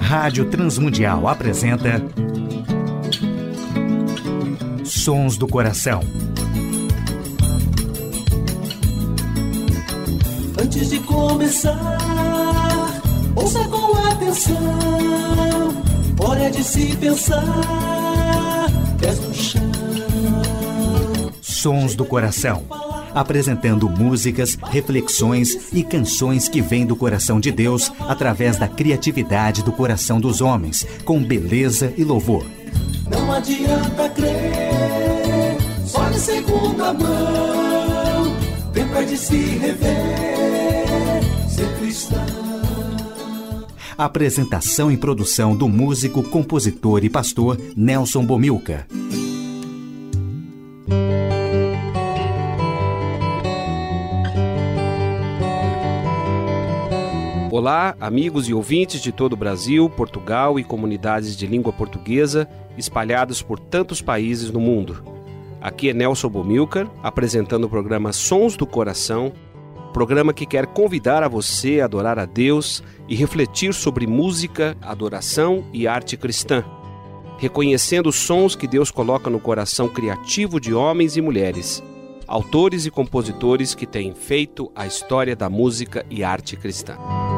Rádio Transmundial apresenta Sons do Coração. Antes de começar, ouça com atenção. Hora de se pensar, pés no chão. Sons do Coração. Apresentando músicas, reflexões e canções que vêm do coração de Deus através da criatividade do coração dos homens, com beleza e louvor. Não adianta crer, só de segunda mão. Tempo é de se rever, ser cristão. Apresentação e produção do músico, compositor e pastor Nelson Bomilcar. Olá, amigos e ouvintes de todo o Brasil, Portugal e comunidades de língua portuguesa espalhados por tantos países no mundo. Aqui é Nelson Bomilcar, apresentando o programa Sons do Coração, programa que quer convidar a você a adorar a Deus e refletir sobre música, adoração e arte cristã, reconhecendo os sons que Deus coloca no coração criativo de homens e mulheres, autores e compositores que têm feito a história da música e arte cristã.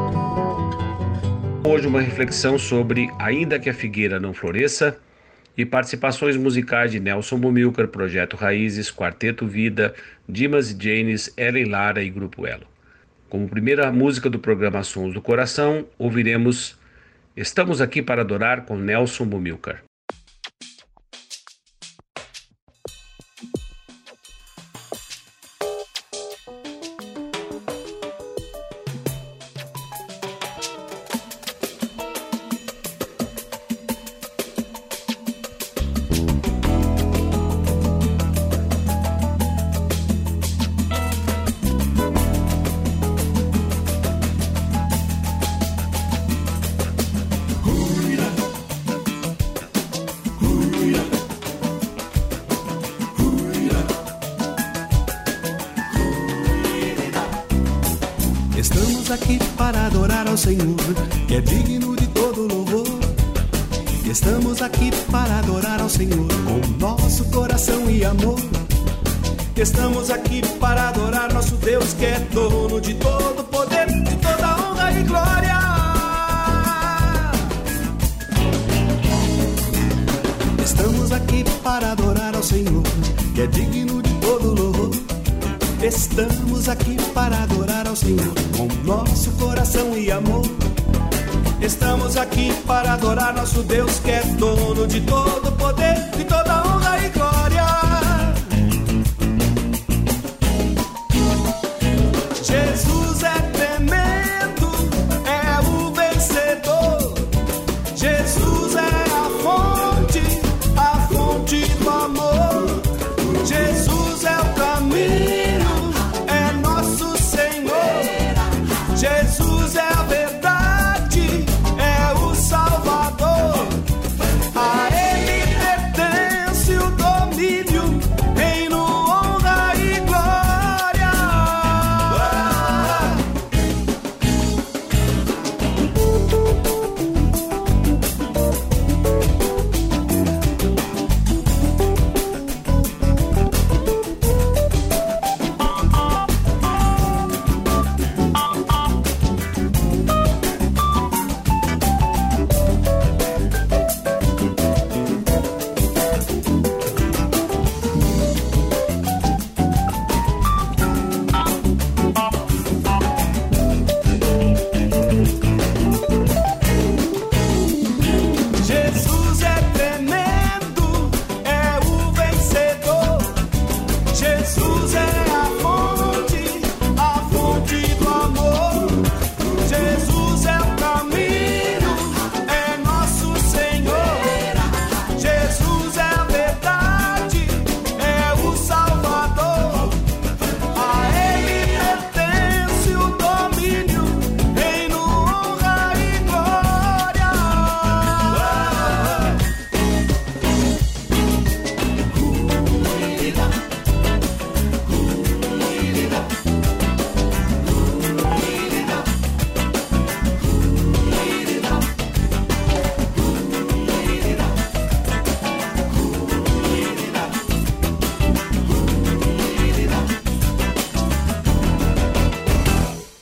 Hoje uma reflexão sobre Ainda que a Figueira Não Floresça e participações musicais de Nelson Bomilcar, Projeto Raízes, Quarteto Vida, Dimas e Janes, Ellen Lara e Grupo Elo. Como primeira música do programa Sons do Coração, ouviremos Estamos Aqui para Adorar com Nelson Bomilcar. Estamos aqui para adorar ao Senhor, que é digno de todo louvor. Estamos aqui para adorar ao Senhor com nosso coração e amor. Estamos aqui para adorar nosso Deus, que é dono de todo poder, de toda honra e glória. Estamos aqui para adorar ao Senhor, que é digno de todo louvor. Estamos aqui para adorar ao Senhor com nosso coração e amor. Estamos aqui para adorar nosso Deus, que é dono de todo poder, de toda honra e glória. Jesus é tremendo, é o vencedor. Jesus é a fonte do amor. Jesus é o caminho, Jesus é a verdade, é o Salvador. A Ele pertence o domínio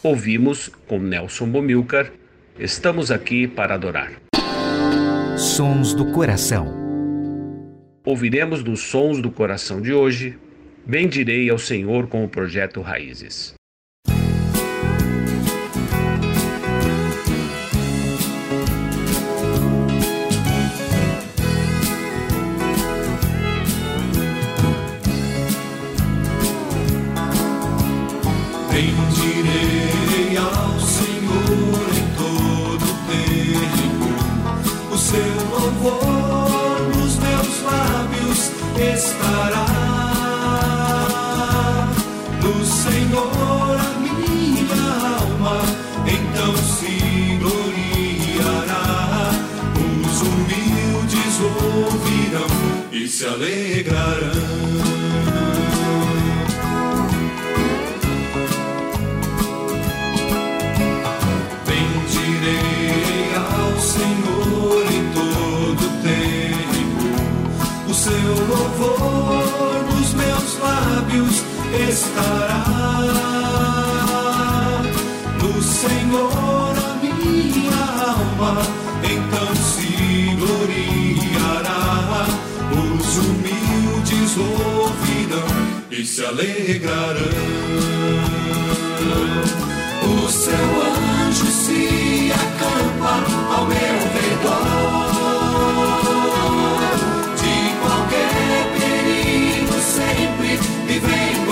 Ouvimos com Nelson Bomilcar, Estamos Aqui para Adorar. Sons do Coração. Ouviremos dos Sons do Coração de hoje, Bendirei ao Senhor com o Projeto Raízes. Bendirei ao Senhor em todo o tempo, o seu louvor nos meus lábios estará. No Senhor a minha alma então se gloriará. Os humildes ouvirão e se alegrarão. Seu louvor nos meus lábios estará. No Senhor a minha alma então se gloriará. Os humildes ouvirão e se alegrarão. O seu anjo se acampa ao meu redor. Sempre me vem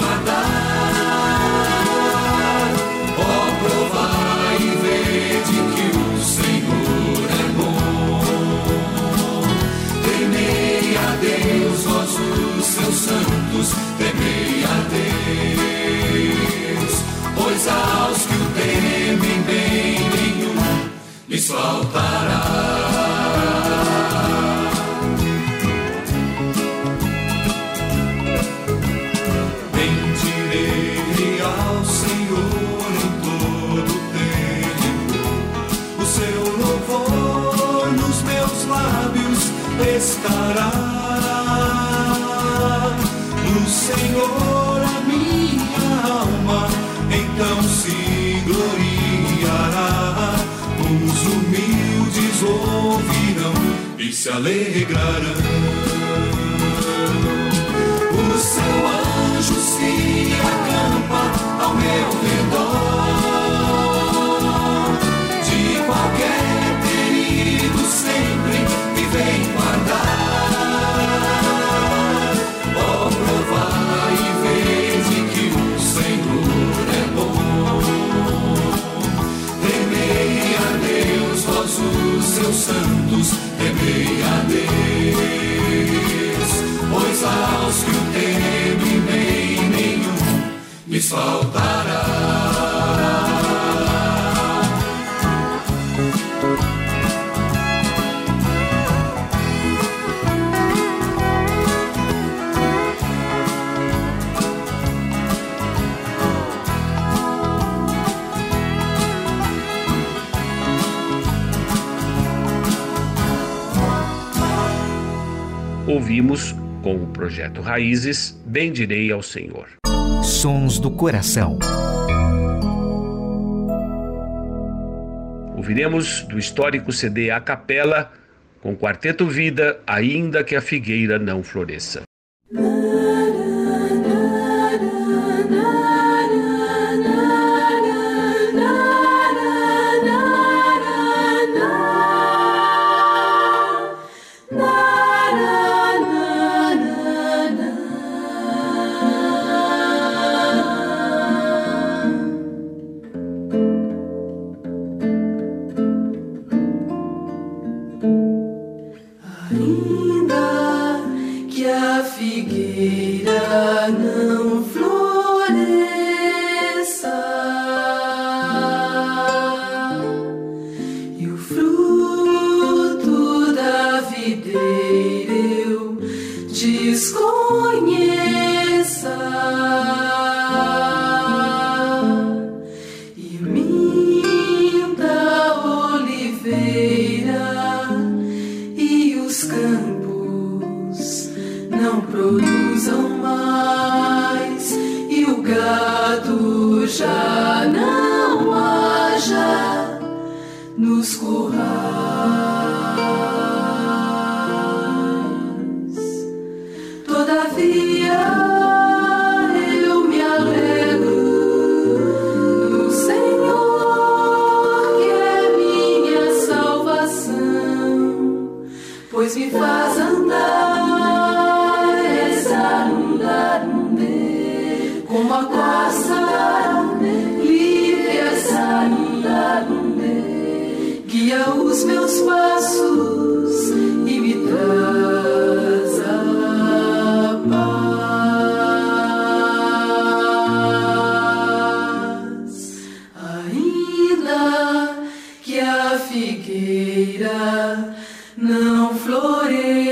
guardar. Ó, provai e vede que o Senhor é bom. Temei a Deus, vós os seus santos, temei a Deus. Pois aos que o temem bem nenhum lhes faltará. Estará no Senhor a minha alma então se gloriará. Os humildes ouvirão e se alegrarão. O seu anjo se acampa ao meu redor. De qualquer perigo sempre me vem guardar. Ó, provai e vede que o Senhor é bom. Temei a Deus, vós os seus santos, temei a Deus. Pois aos que o temem bem nenhum lhes faltará. Ouvimos com o Projeto Raízes, Bendirei ao Senhor. Sons do Coração. Ouviremos do histórico CD A Capela, com Quarteto Vida, Ainda que a Figueira Não Floresça. Ainda que a figueira não floresça e o fruto da videira eu desconheça e minta a oliveira e os campos não produzam mais e o gado já não currais. Todavia eu me alegro no Senhor, que é minha salvação, pois me faz andar como a costa livre a guia os meus passos e me traz a paz. Ainda que a figueira não floresça,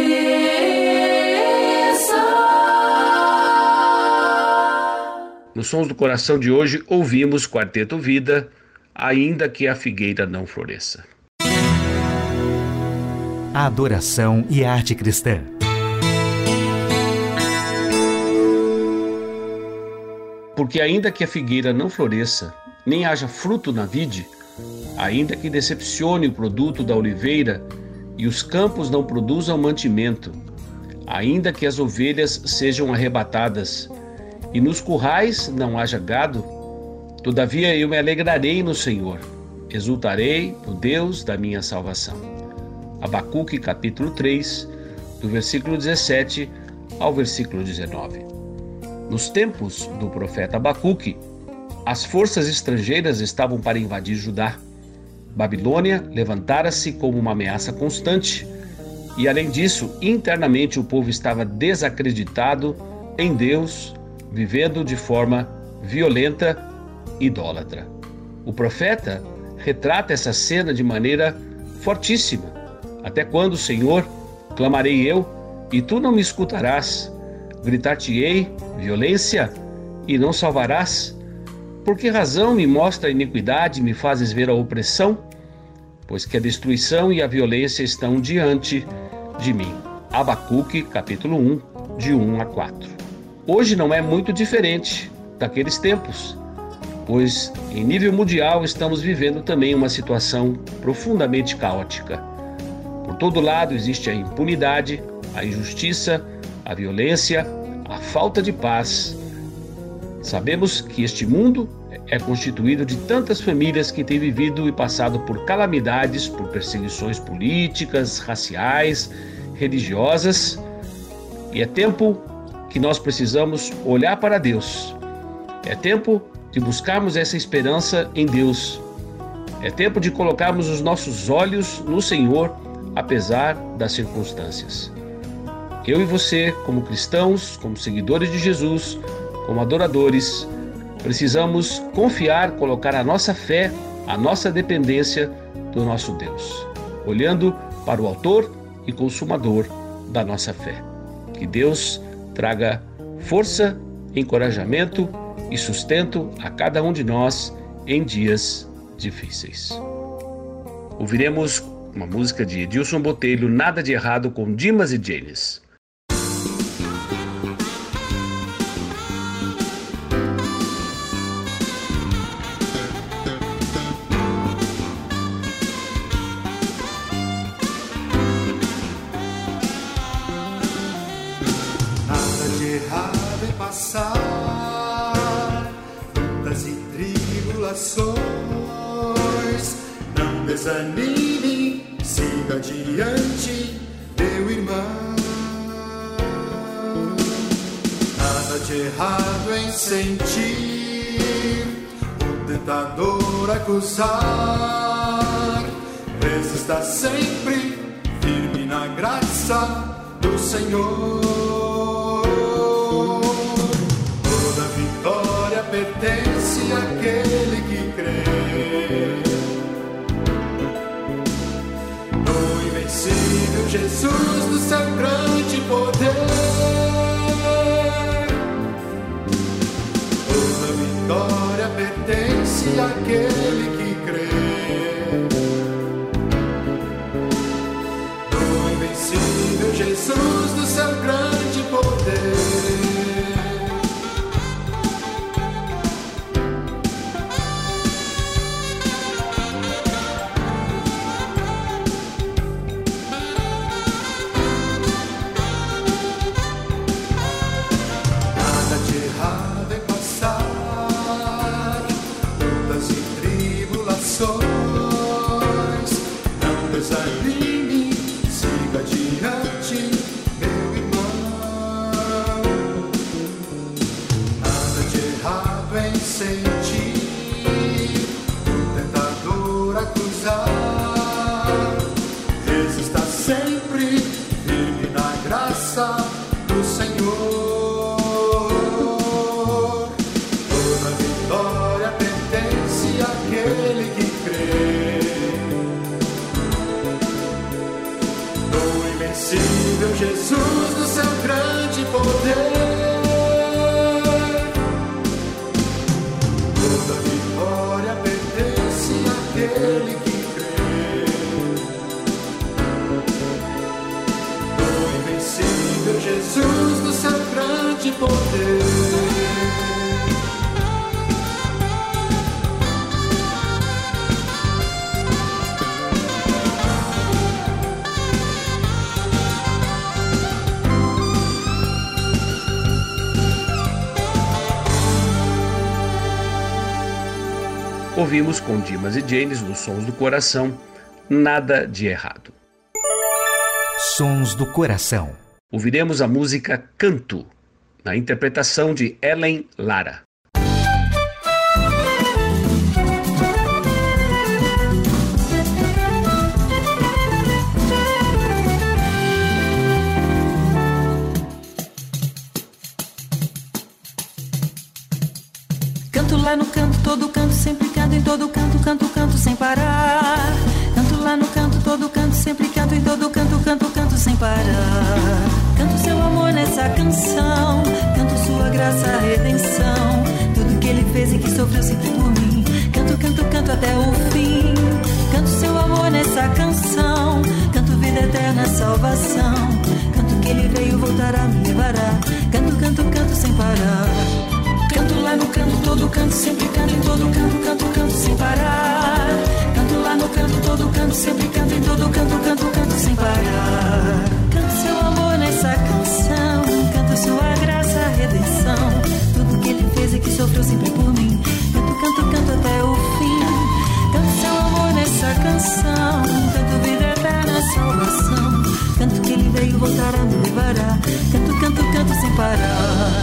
nos Sons do Coração de hoje, ouvimos Quarteto Vida, Ainda que a Figueira Não Floresça. A adoração e a arte cristã. Porque ainda que a figueira não floresça, nem haja fruto na vide, ainda que decepcione o produto da oliveira e os campos não produzam mantimento, ainda que as ovelhas sejam arrebatadas e nos currais não haja gado, todavia eu me alegrarei no Senhor, exultarei no Deus da minha salvação. Abacuque capítulo 3, do versículo 17 ao versículo 19. Nos tempos do profeta Abacuque, as forças estrangeiras estavam para invadir Judá. Babilônia levantara-se como uma ameaça constante e, além disso, internamente o povo estava desacreditado em Deus, vivendo de forma violenta e idólatra. O profeta retrata essa cena de maneira fortíssima. Até quando, Senhor, clamarei eu, e tu não me escutarás? Gritar-te-ei violência, e não salvarás? Por que razão me mostra a iniquidade e me fazes ver a opressão? Pois que a destruição e a violência estão diante de mim. Abacuque, capítulo 1, de 1 a 4. Hoje não é muito diferente daqueles tempos, pois em nível mundial estamos vivendo também uma situação profundamente caótica. Por todo lado existe a impunidade, a injustiça, a violência, a falta de paz. Sabemos que este mundo é constituído de tantas famílias que têm vivido e passado por calamidades, por perseguições políticas, raciais, religiosas, e é tempo que nós precisamos olhar para Deus. É tempo de buscarmos essa esperança em Deus. É tempo de colocarmos os nossos olhos no Senhor, apesar das circunstâncias. Eu e você, como cristãos, como seguidores de Jesus, como adoradores, precisamos confiar, colocar a nossa fé, a nossa dependência do nosso Deus, olhando para o autor e consumador da nossa fé. Que Deus traga força, encorajamento e sustento a cada um de nós em dias difíceis. Ouviremos uma música de Edilson Botelho, Nada de Errado, com Dimas e Janis. Errado em passar lutas e tribulações. Não desanime, siga adiante, meu irmão. Nada de errado em sentir o tentador acusar. Resista sempre, firme na graça do Senhor. Pertence àquele que crê no invencível Jesus, do seu grande poder. Toda vitória pertence àquele que crê no invencível Jesus, do seu grande poder. invencível Jesus do seu grande poder. Toda vitória pertence àquele que crê. O invencível Jesus do seu grande poder. Ouvimos com Dimas e Janes, nos Sons do Coração, Nada de Errado. Sons do Coração. Ouviremos a música Canto, na interpretação de Ellen Lara. Canto lá no canto, todo canto, sempre canto, em todo canto, canto, canto sem parar. Canto lá no canto, todo canto, sempre canto, em todo canto, canto, canto sem parar. Canto seu amor nessa canção, canto sua graça, a redenção, tudo que ele fez e que sofreu sempre por mim. Canto, canto, canto até o fim. Canto seu amor nessa canção, canto vida eterna, salvação, canto que ele veio voltar a me levará. Canto, canto, canto sem parar. Canto lá no canto, todo canto, sempre canto, em todo canto, canto, canto sem parar. Canto lá no canto, todo canto, sempre canto, em todo canto, canto, canto sem parar. Canto seu amor nessa canção, canto sua graça, a redenção, tudo que ele fez e que sofreu sempre por mim. Canto, canto, canto até o fim. Canto seu amor nessa canção, canto vida eterna, salvação, canto que ele veio voltar a me levará. Canto, canto, canto sem parar.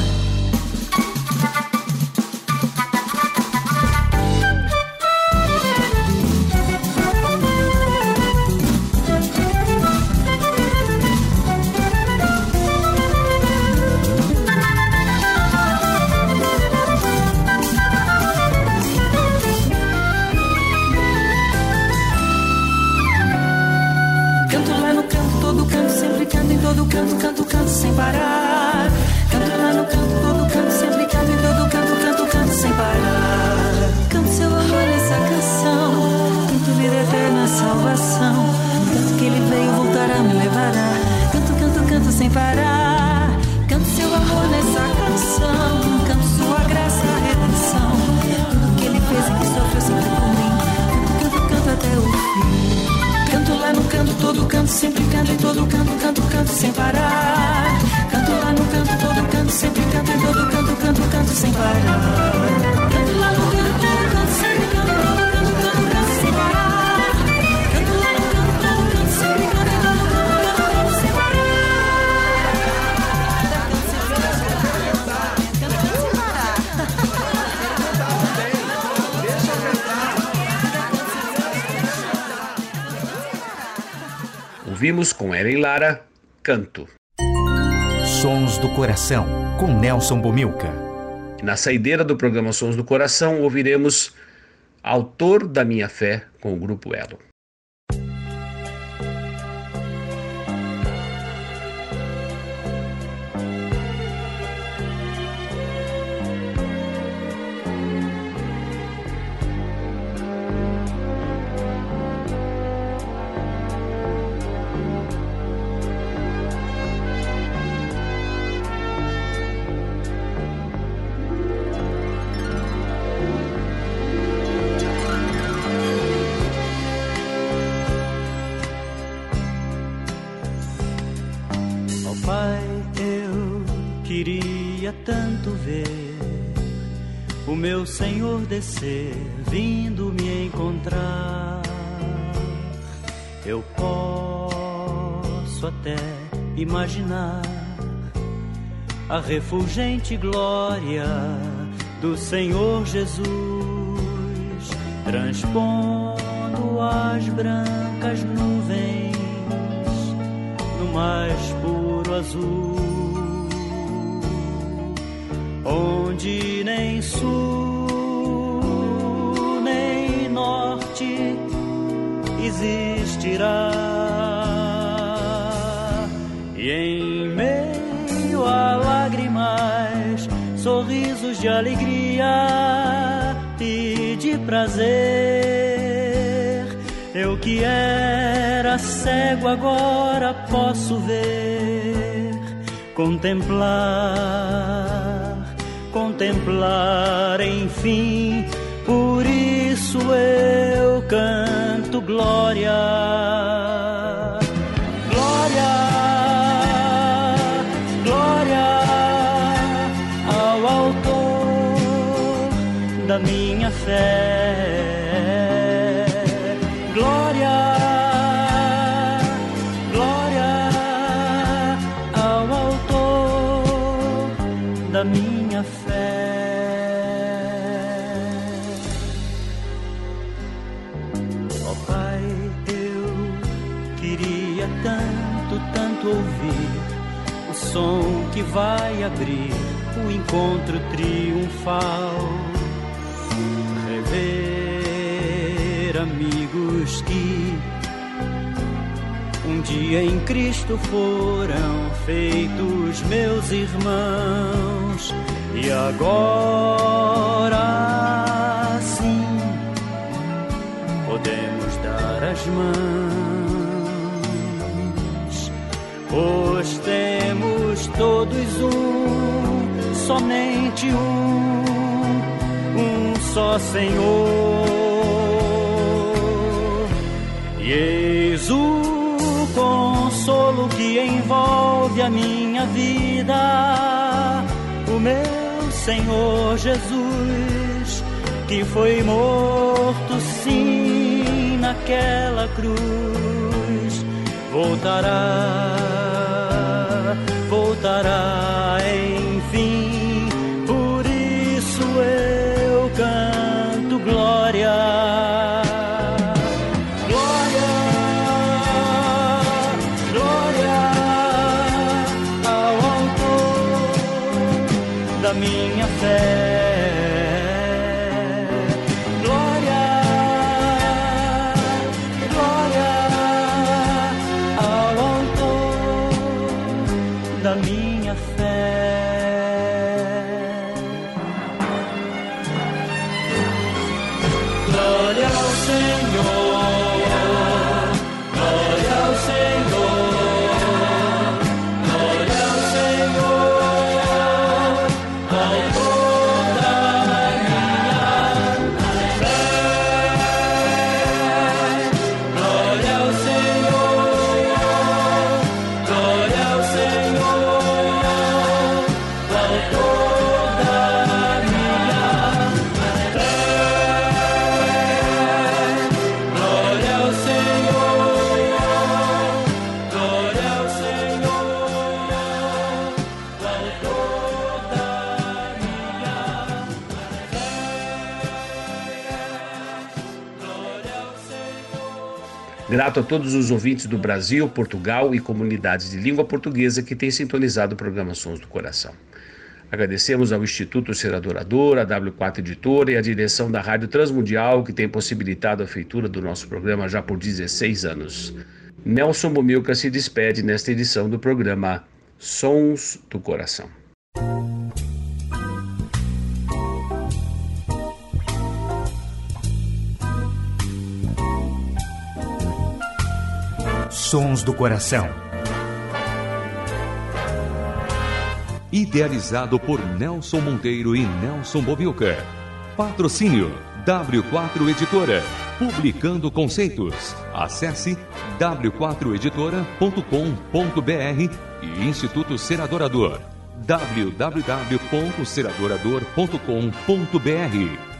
Todo canto, canto, canto sem parar. Canto lá no canto, todo canto, sempre canto, em todo canto, canto, canto sem parar. Canto seu amor nessa canção, canto vida eterna, salvação, canto que ele veio voltar a me levará. Canto, canto, canto sem parar. Canto seu amor nessa canção, canto sua graça, a redenção, tudo que ele fez e que sofreu sempre por mim. Canto, canto, canto até o fim. Canto lá no canto, todo canto, sempre canto, em todo canto, canto, canto sem parar. Canto lá no canto, todo canto, sempre canto, em todo canto, canto, canto sem parar. Canto lá no canto, todo canto, sempre canto, em todo canto, canto, canto sem parar. Canto lá no canto, todo canto, sempre canto, em todo canto, canto, canto sem parar. Ouvimos com Ellen Lara, Canto. Sons do Coração, com Nelson Bomilca. Na saideira do programa Sons do Coração, ouviremos Autor da Minha Fé, com o Grupo Elo. Pai, eu queria tanto ver o meu Senhor descer, vindo me encontrar. Eu posso até imaginar a refulgente glória do Senhor Jesus, transpondo as brancas nuvens no mais puro azul, onde nem sul nem norte existirá. de alegria e de prazer. Eu que era cego agora posso ver, contemplar, enfim. Por isso eu canto glória, glória, glória ao autor da minha fé. Glória, glória ao autor da minha fé. Tanto ouvir o som que vai abrir o encontro triunfal, rever amigos que um dia em Cristo foram feitos meus irmãos, e agora sim podemos dar as mãos. Pois temos todos somente um só Senhor. E eis o consolo que envolve a minha vida, o meu Senhor Jesus, que foi morto sim naquela cruz. Voltará, enfim. Por isso eu canto glória, glória, glória ao autor da minha fé. Grato a todos os ouvintes do Brasil, Portugal e comunidades de língua portuguesa que têm sintonizado o programa Sons do Coração. Agradecemos ao Instituto Ser Adorador, a W4 Editora e a direção da Rádio Transmundial, que tem possibilitado a feitura do nosso programa já por 16 anos. Nelson Bomilcar se despede nesta edição do programa Sons do Coração. Sons do Coração. Idealizado por Nelson Monteiro e Nelson Bomilcar. Patrocínio W4 Editora. Publicando conceitos. Acesse w4editora.com.br e Instituto Ser Adorador. www.seradorador.com.br.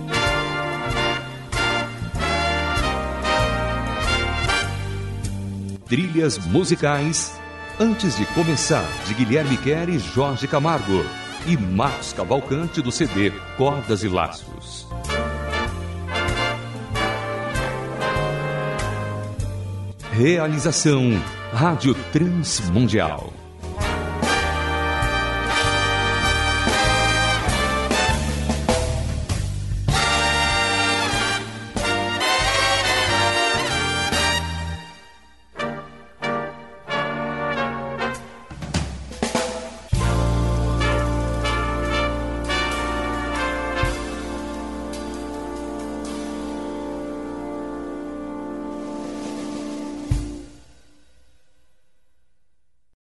Trilhas musicais Antes de Começar, de Guilherme Quer e Jorge Camargo, e Marcos Cavalcante do CD Cordas e Laços. Realização Rádio Transmundial.